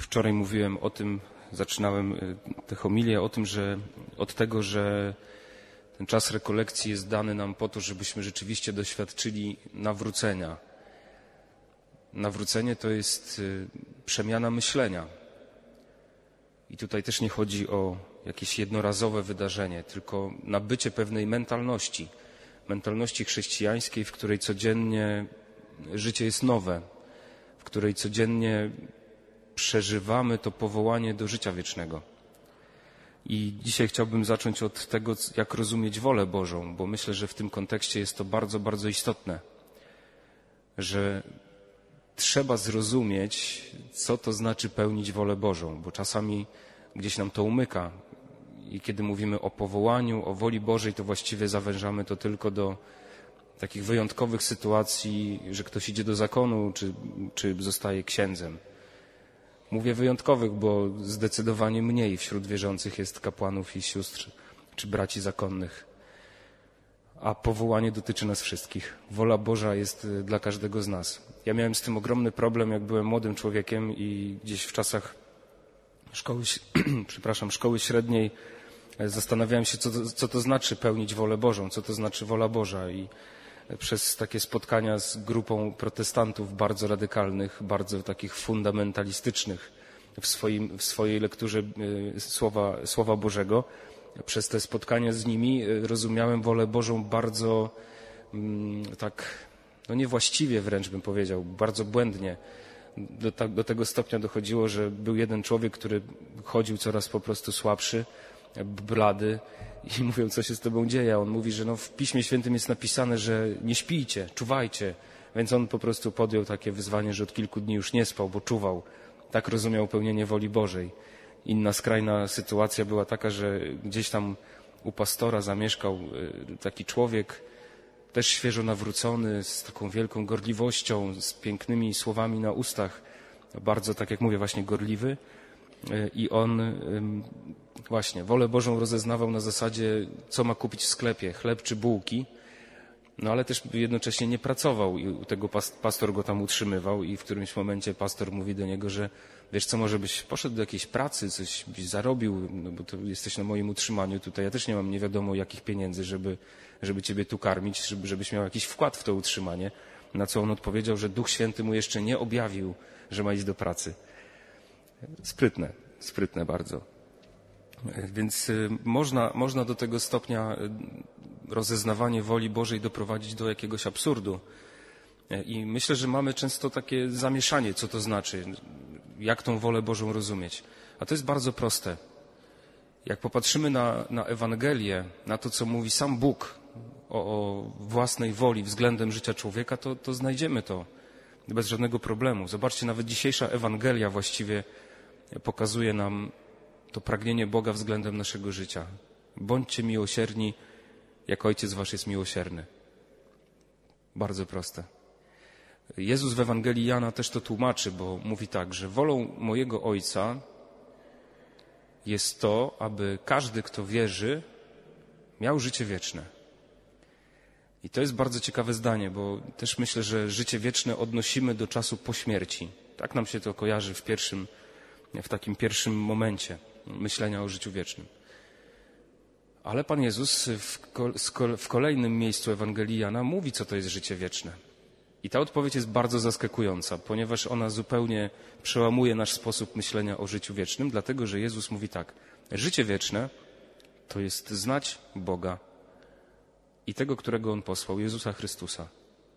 Wczoraj mówiłem o tym, zaczynałem tę homilię o tym, że od tego, że ten czas rekolekcji jest dany nam po to, żebyśmy rzeczywiście doświadczyli nawrócenia. Nawrócenie to jest przemiana myślenia. I tutaj też nie chodzi o jakieś jednorazowe wydarzenie, tylko nabycie pewnej mentalności chrześcijańskiej, w której codziennie życie jest nowe, w której codziennie przeżywamy to powołanie do życia wiecznego. I dzisiaj chciałbym zacząć od tego, jak rozumieć wolę Bożą, bo myślę, że w tym kontekście jest to bardzo, bardzo istotne, że trzeba zrozumieć, co to znaczy pełnić wolę Bożą, bo czasami gdzieś nam to umyka i kiedy mówimy o powołaniu, o woli Bożej, to właściwie zawężamy to tylko do takich wyjątkowych sytuacji, że ktoś idzie do zakonu, czy zostaje księdzem. Mówię wyjątkowych, bo zdecydowanie mniej wśród wierzących jest kapłanów i sióstr, czy braci zakonnych. A powołanie dotyczy nas wszystkich. Wola Boża jest dla każdego z nas. Ja miałem z tym ogromny problem, jak byłem młodym człowiekiem i gdzieś w czasach szkoły średniej zastanawiałem się, co to znaczy pełnić wolę Bożą, co to znaczy wola Boża. I przez takie spotkania z grupą protestantów bardzo radykalnych, bardzo takich fundamentalistycznych w swojej lekturze Słowa Bożego, przez te spotkania z nimi rozumiałem wolę Bożą bardzo niewłaściwie wręcz bym powiedział, bardzo błędnie. Do tego stopnia dochodziło, że był jeden człowiek, który chodził coraz po prostu słabszy, blady i mówią, co się z tobą dzieje. A on mówi, że w Piśmie Świętym jest napisane, że nie śpijcie, czuwajcie. Więc on po prostu podjął takie wyzwanie, że od kilku dni już nie spał, bo czuwał. Tak rozumiał pełnienie woli Bożej. Inna skrajna sytuacja była taka, że gdzieś tam u pastora zamieszkał taki człowiek, też świeżo nawrócony, z taką wielką gorliwością, z pięknymi słowami na ustach. Bardzo, tak jak mówię, właśnie gorliwy. I on właśnie wolę Bożą rozeznawał na zasadzie, co ma kupić w sklepie, chleb czy bułki, ale też jednocześnie nie pracował i u tego pastor go tam utrzymywał i w którymś momencie pastor mówi do niego, że wiesz co, może byś poszedł do jakiejś pracy, coś byś zarobił, bo to jesteś na moim utrzymaniu tutaj, ja też nie mam nie wiadomo jakich pieniędzy, żeby ciebie tu karmić, żebyś miał jakiś wkład w to utrzymanie, na co on odpowiedział, że Duch Święty mu jeszcze nie objawił, że ma iść do pracy. Sprytne bardzo. Więc można do tego stopnia rozeznawanie woli Bożej doprowadzić do jakiegoś absurdu. I myślę, że mamy często takie zamieszanie, co to znaczy, jak tą wolę Bożą rozumieć. A to jest bardzo proste. Jak popatrzymy na Ewangelię, na to, co mówi sam Bóg o własnej woli względem życia człowieka, to znajdziemy to bez żadnego problemu. Zobaczcie, nawet dzisiejsza Ewangelia właściwie pokazuje nam to pragnienie Boga względem naszego życia. Bądźcie miłosierni, jak Ojciec Wasz jest miłosierny. Bardzo proste. Jezus w Ewangelii Jana też to tłumaczy, bo mówi tak, że wolą mojego Ojca jest to, aby każdy, kto wierzy, miał życie wieczne. I to jest bardzo ciekawe zdanie, bo też myślę, że życie wieczne odnosimy do czasu po śmierci. Tak nam się to kojarzy w takim pierwszym momencie myślenia o życiu wiecznym. Ale Pan Jezus w kolejnym miejscu Ewangelii Jana mówi, co to jest życie wieczne. I ta odpowiedź jest bardzo zaskakująca, ponieważ ona zupełnie przełamuje nasz sposób myślenia o życiu wiecznym, dlatego że Jezus mówi tak: życie wieczne to jest znać Boga i tego, którego On posłał, Jezusa Chrystusa.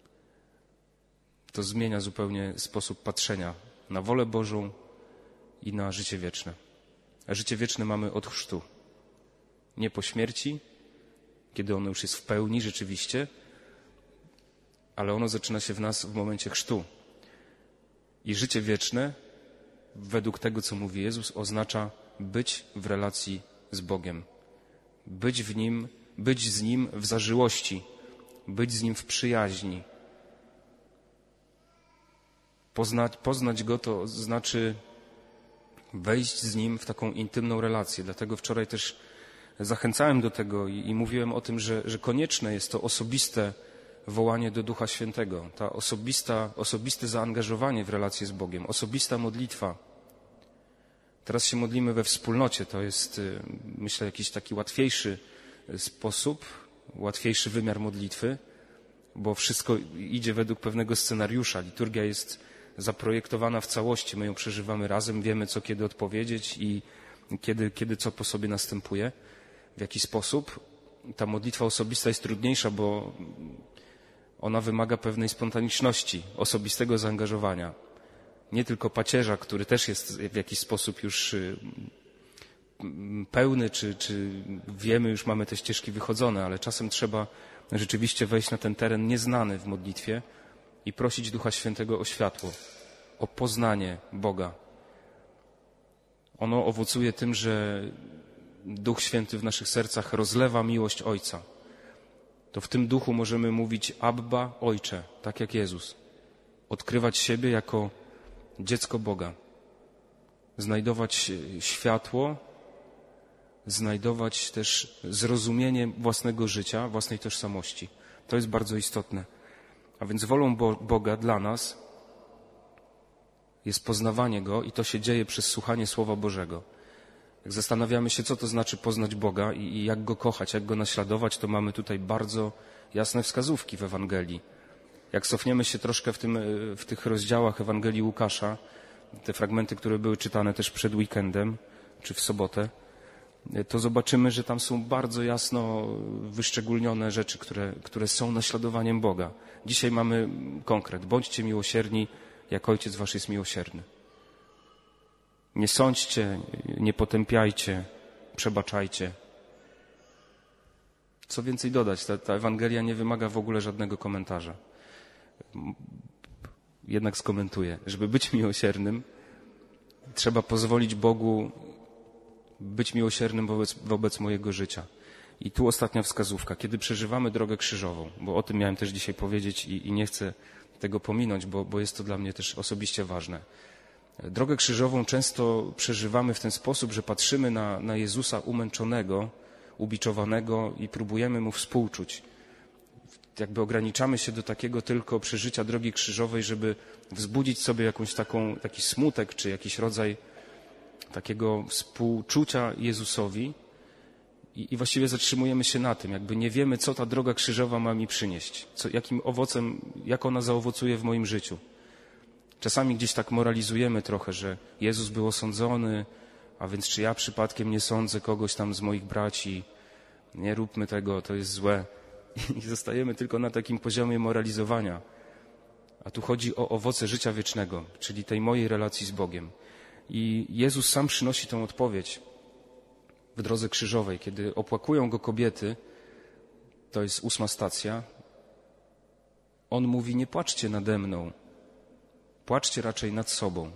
To zmienia zupełnie sposób patrzenia na wolę Bożą i na życie wieczne. A życie wieczne mamy od chrztu. Nie po śmierci, kiedy ono już jest w pełni rzeczywiście, ale ono zaczyna się w nas w momencie chrztu. I życie wieczne, według tego, co mówi Jezus, oznacza być w relacji z Bogiem. Być w Nim, być z Nim w zażyłości, być z Nim w przyjaźni. Poznać Go to znaczy wejść z Nim w taką intymną relację. Dlatego wczoraj też zachęcałem do tego i mówiłem o tym, że konieczne jest to osobiste wołanie do Ducha Świętego, osobiste zaangażowanie w relację z Bogiem, osobista modlitwa. Teraz się modlimy we wspólnocie. To jest, myślę, jakiś taki łatwiejszy sposób, łatwiejszy wymiar modlitwy, bo wszystko idzie według pewnego scenariusza. Liturgia jest zaprojektowana w całości. My ją przeżywamy razem, wiemy, co kiedy odpowiedzieć i kiedy co po sobie następuje, w jaki sposób. Ta modlitwa osobista jest trudniejsza, bo ona wymaga pewnej spontaniczności, osobistego zaangażowania. Nie tylko pacierza, który też jest w jakiś sposób już pełny, czy wiemy, już mamy te ścieżki wychodzone, ale czasem trzeba rzeczywiście wejść na ten teren nieznany w modlitwie i prosić Ducha Świętego o światło, o poznanie Boga. Ono owocuje tym, że Duch Święty w naszych sercach rozlewa miłość Ojca. To w tym duchu możemy mówić Abba, Ojcze, tak jak Jezus. Odkrywać siebie jako dziecko Boga. Znajdować światło, znajdować też zrozumienie własnego życia, własnej tożsamości. To jest bardzo istotne. A więc wolą Boga dla nas jest poznawanie Go i to się dzieje przez słuchanie Słowa Bożego. Jak zastanawiamy się, co to znaczy poznać Boga i jak Go kochać, jak Go naśladować, to mamy tutaj bardzo jasne wskazówki w Ewangelii. Jak cofniemy się troszkę w tych rozdziałach Ewangelii Łukasza, te fragmenty, które były czytane też przed weekendem, czy w sobotę, to zobaczymy, że tam są bardzo jasno wyszczególnione rzeczy, które są naśladowaniem Boga. Dzisiaj mamy konkret. Bądźcie miłosierni, jak Ojciec Wasz jest miłosierny. Nie sądźcie, nie potępiajcie, przebaczajcie. Co więcej dodać, ta Ewangelia nie wymaga w ogóle żadnego komentarza. Jednak skomentuję. Żeby być miłosiernym, trzeba pozwolić Bogu być miłosiernym wobec mojego życia. I tu ostatnia wskazówka. Kiedy przeżywamy drogę krzyżową, bo o tym miałem też dzisiaj powiedzieć i nie chcę tego pominąć, bo jest to dla mnie też osobiście ważne. Drogę krzyżową często przeżywamy w ten sposób, że patrzymy na Jezusa umęczonego, ubiczowanego i próbujemy Mu współczuć. Jakby ograniczamy się do takiego tylko przeżycia drogi krzyżowej, żeby wzbudzić sobie taki smutek, czy jakiś rodzaj takiego współczucia Jezusowi i właściwie zatrzymujemy się na tym, jakby nie wiemy, co ta droga krzyżowa ma mi przynieść, jakim owocem, jak ona zaowocuje w moim życiu. Czasami gdzieś tak moralizujemy trochę, że Jezus był osądzony, a więc czy ja przypadkiem nie sądzę kogoś tam z moich braci, nie róbmy tego, to jest złe. I zostajemy tylko na takim poziomie moralizowania. A tu chodzi o owoce życia wiecznego, czyli tej mojej relacji z Bogiem. I Jezus sam przynosi tę odpowiedź w drodze krzyżowej. Kiedy opłakują Go kobiety, to jest 8. stacja, On mówi, nie płaczcie nade mną, płaczcie raczej nad sobą.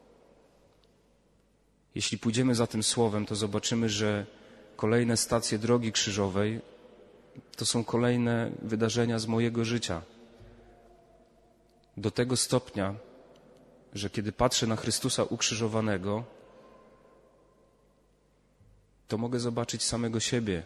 Jeśli pójdziemy za tym słowem, to zobaczymy, że kolejne stacje drogi krzyżowej to są kolejne wydarzenia z mojego życia. Do tego stopnia, że kiedy patrzę na Chrystusa ukrzyżowanego, to mogę zobaczyć samego siebie,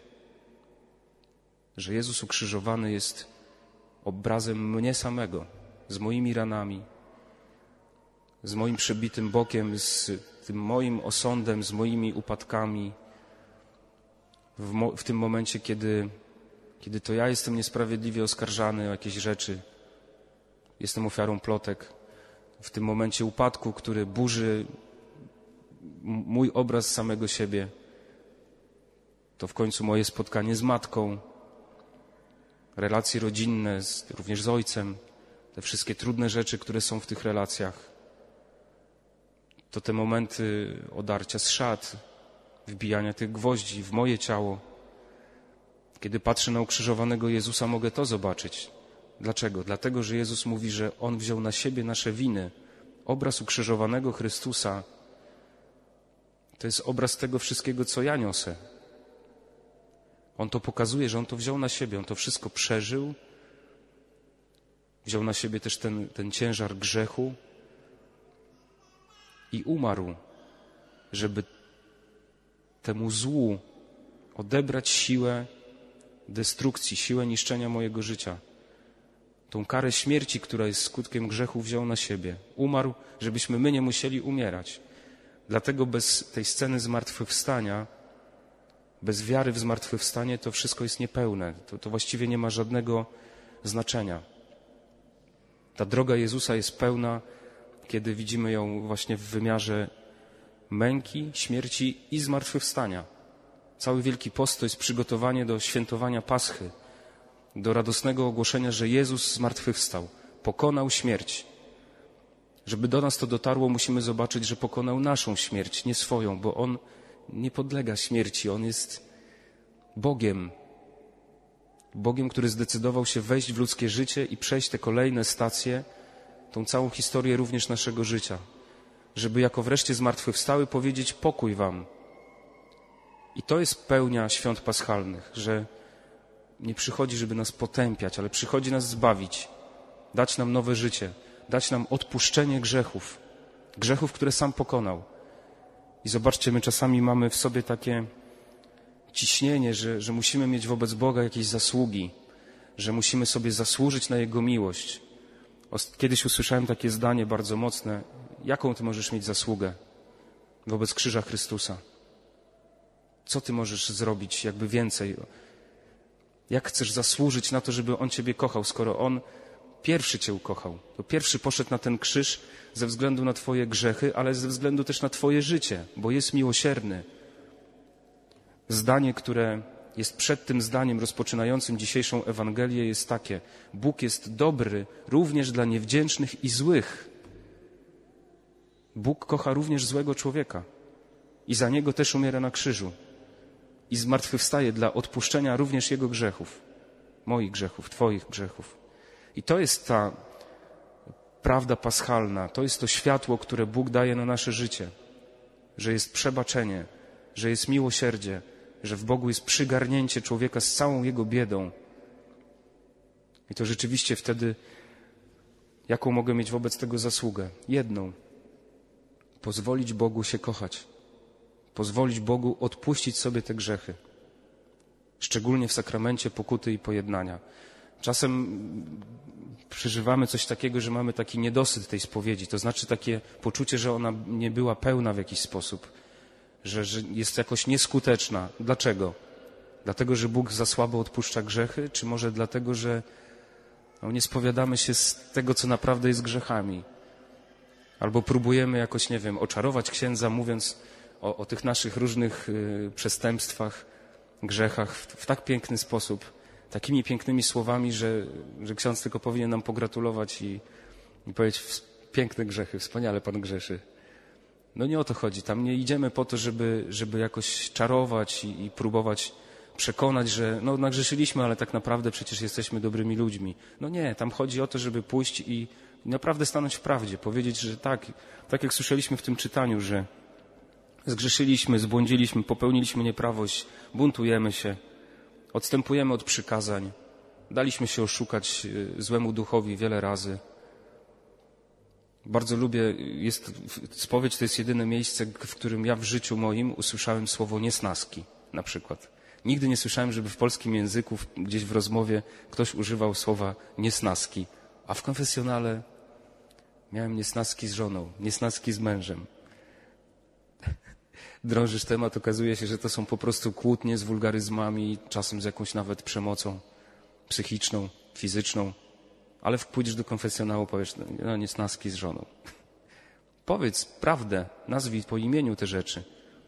że Jezus ukrzyżowany jest obrazem mnie samego, z moimi ranami, z moim przebitym bokiem, z tym moim osądem, z moimi upadkami. W tym momencie, kiedy to ja jestem niesprawiedliwie oskarżany o jakieś rzeczy, jestem ofiarą plotek, w tym momencie upadku, który burzy mój obraz samego siebie, to w końcu moje spotkanie z matką, relacje rodzinne, również z ojcem, te wszystkie trudne rzeczy, które są w tych relacjach, to te momenty odarcia z szat, wbijania tych gwoździ w moje ciało. Kiedy patrzę na ukrzyżowanego Jezusa, mogę to zobaczyć. Dlaczego? Dlatego, że Jezus mówi, że On wziął na siebie nasze winy. Obraz ukrzyżowanego Chrystusa to jest obraz tego wszystkiego, co ja niosę. On to pokazuje, że On to wziął na siebie, On to wszystko przeżył. Wziął na siebie też ten ciężar grzechu i umarł, żeby temu złu odebrać siłę destrukcji, siłę niszczenia mojego życia. Tą karę śmierci, która jest skutkiem grzechu, wziął na siebie. Umarł, żebyśmy my nie musieli umierać. Dlatego bez tej sceny zmartwychwstania, bez wiary w zmartwychwstanie, to wszystko jest niepełne. To właściwie nie ma żadnego znaczenia. Ta droga Jezusa jest pełna, kiedy widzimy ją właśnie w wymiarze męki, śmierci i zmartwychwstania. Cały Wielki Post to jest przygotowanie do świętowania Paschy, do radosnego ogłoszenia, że Jezus zmartwychwstał, pokonał śmierć. Żeby do nas to dotarło, musimy zobaczyć, że pokonał naszą śmierć, nie swoją, bo On nie podlega śmierci. On jest Bogiem. Bogiem, który zdecydował się wejść w ludzkie życie i przejść te kolejne stacje, tą całą historię również naszego życia. Żeby jako wreszcie zmartwychwstały powiedzieć pokój wam. I to jest pełnia świąt paschalnych, że nie przychodzi, żeby nas potępiać, ale przychodzi nas zbawić, dać nam nowe życie, dać nam odpuszczenie grzechów, które sam pokonał. I zobaczcie, my czasami mamy w sobie takie ciśnienie, że musimy mieć wobec Boga jakieś zasługi, że musimy sobie zasłużyć na Jego miłość. Kiedyś usłyszałem takie zdanie bardzo mocne: jaką ty możesz mieć zasługę wobec krzyża Chrystusa? Co ty możesz zrobić jakby więcej? Jak chcesz zasłużyć na to, żeby On ciebie kochał, skoro On pierwszy cię ukochał? To pierwszy poszedł na ten krzyż ze względu na twoje grzechy, ale ze względu też na twoje życie, bo jest miłosierny. Zdanie, które jest przed tym zdaniem rozpoczynającym dzisiejszą Ewangelię, jest takie: Bóg jest dobry również dla niewdzięcznych i złych. Bóg kocha również złego człowieka i za niego też umiera na krzyżu i zmartwychwstaje dla odpuszczenia również jego grzechów, moich grzechów, twoich grzechów. I to jest ta prawda paschalna, to jest to światło, które Bóg daje na nasze życie, że jest przebaczenie, że jest miłosierdzie, że w Bogu jest przygarnięcie człowieka z całą jego biedą. I to rzeczywiście wtedy, jaką mogę mieć wobec tego zasługę? Jedną. Pozwolić Bogu się kochać. Pozwolić Bogu odpuścić sobie te grzechy. Szczególnie w sakramencie pokuty i pojednania. Czasem przeżywamy coś takiego, że mamy taki niedosyt tej spowiedzi. To znaczy takie poczucie, że ona nie była pełna w jakiś sposób. Że jest jakoś nieskuteczna. Dlaczego? Dlatego, że Bóg za słabo odpuszcza grzechy? Czy może dlatego, że nie spowiadamy się z tego, co naprawdę jest grzechami? Albo próbujemy jakoś, nie wiem, oczarować księdza, mówiąc o tych naszych różnych przestępstwach, grzechach w tak piękny sposób, takimi pięknymi słowami, że ksiądz tylko powinien nam pogratulować i powiedzieć: piękne grzechy, wspaniale pan grzeszy. No nie o to chodzi. Tam nie idziemy po to, żeby jakoś czarować i próbować przekonać, że no nagrzeszyliśmy, ale tak naprawdę przecież jesteśmy dobrymi ludźmi. No nie, tam chodzi o to, żeby pójść i naprawdę stanąć w prawdzie, powiedzieć, że tak jak słyszeliśmy w tym czytaniu, że zgrzeszyliśmy, zbłądziliśmy, popełniliśmy nieprawość, buntujemy się, odstępujemy od przykazań, daliśmy się oszukać złemu duchowi wiele razy. Bardzo lubię, spowiedź to jest jedyne miejsce, w którym ja w życiu moim usłyszałem słowo niesnaski, na przykład. Nigdy nie słyszałem, żeby w polskim języku, gdzieś w rozmowie, ktoś używał słowa niesnaski, a w konfesjonale miałem niesnaski z żoną, niesnaski z mężem. Drążysz temat, okazuje się, że to są po prostu kłótnie z wulgaryzmami, czasem z jakąś nawet przemocą psychiczną, fizyczną. Ale pójdziesz do konfesjonału, powiesz: no niesnaski z żoną. Powiedz prawdę, nazwij po imieniu te rzeczy.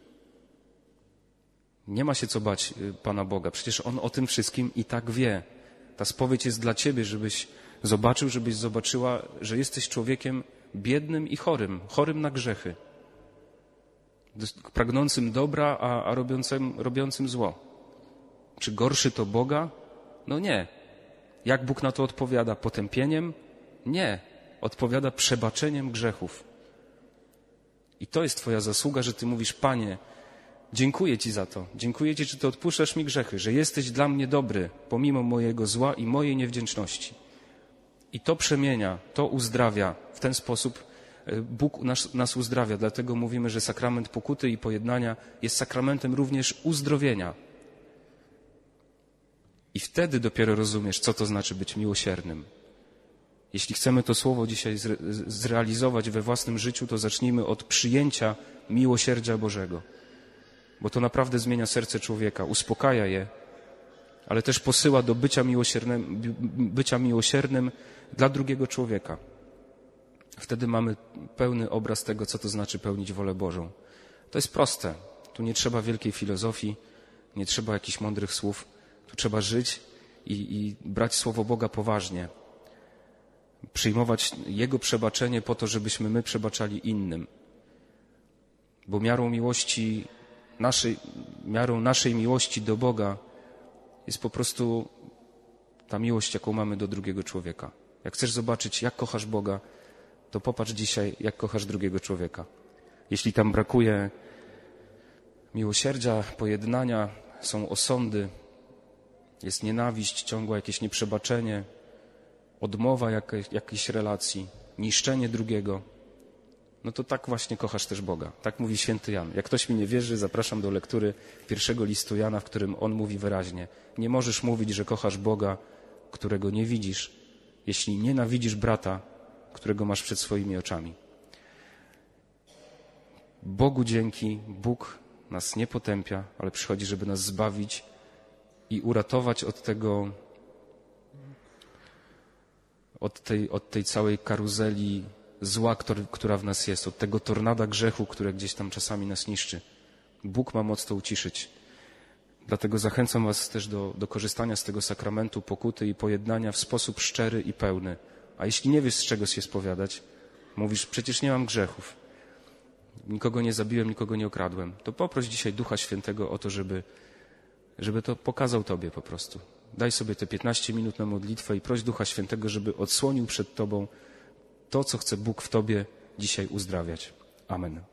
Nie ma się co bać Pana Boga. Przecież On o tym wszystkim i tak wie. Ta spowiedź jest dla ciebie, żebyś zobaczył, żebyś zobaczyła, że jesteś człowiekiem biednym i chorym na grzechy. Pragnącym dobra, a robiącym zło. Czy gorszy to Boga? No nie. Jak Bóg na to odpowiada? Potępieniem? Nie. Odpowiada przebaczeniem grzechów. I to jest twoja zasługa, że ty mówisz: Panie, dziękuję Ci za to. Dziękuję Ci, że Ty odpuszczasz mi grzechy, że jesteś dla mnie dobry, pomimo mojego zła i mojej niewdzięczności. I to przemienia, to uzdrawia. W ten sposób Bóg nas uzdrawia. Dlatego mówimy, że sakrament pokuty i pojednania jest sakramentem również uzdrowienia. I wtedy dopiero rozumiesz, co to znaczy być miłosiernym. Jeśli chcemy to słowo dzisiaj zrealizować we własnym życiu, to zacznijmy od przyjęcia miłosierdzia Bożego. Bo to naprawdę zmienia serce człowieka, uspokaja je, ale też posyła do bycia miłosiernym dla drugiego człowieka. Wtedy mamy pełny obraz tego, co to znaczy pełnić wolę Bożą. To jest proste. Tu nie trzeba wielkiej filozofii, nie trzeba jakichś mądrych słów. Tu trzeba żyć i brać Słowo Boga poważnie. Przyjmować Jego przebaczenie po to, żebyśmy my przebaczali innym. Bo miarą naszej miłości do Boga jest po prostu ta miłość, jaką mamy do drugiego człowieka. Jak chcesz zobaczyć, jak kochasz Boga, to popatrz dzisiaj, jak kochasz drugiego człowieka. Jeśli tam brakuje miłosierdzia, pojednania, są osądy, jest nienawiść, ciągła jakieś nieprzebaczenie, odmowa jakiejś relacji, niszczenie drugiego, no to tak właśnie kochasz też Boga. Tak mówi święty Jan. Jak ktoś mi nie wierzy, zapraszam do lektury pierwszego listu Jana, w którym on mówi wyraźnie: nie możesz mówić, że kochasz Boga, którego nie widzisz, jeśli nienawidzisz brata, którego masz przed swoimi oczami. Bogu dzięki, Bóg nas nie potępia, ale przychodzi, żeby nas zbawić i uratować od tej całej karuzeli zła, która w nas jest, od tego tornada grzechu, które gdzieś tam czasami nas niszczy. Bóg ma moc to uciszyć. Dlatego zachęcam was też do korzystania z tego sakramentu pokuty i pojednania w sposób szczery i pełny. A jeśli nie wiesz, z czego się spowiadać, mówisz: przecież nie mam grzechów, nikogo nie zabiłem, nikogo nie okradłem, to poproś dzisiaj Ducha Świętego o to, żeby to pokazał tobie po prostu. Daj sobie te 15 minut na modlitwę i proś Ducha Świętego, żeby odsłonił przed tobą to, co chce Bóg w tobie dzisiaj uzdrawiać. Amen.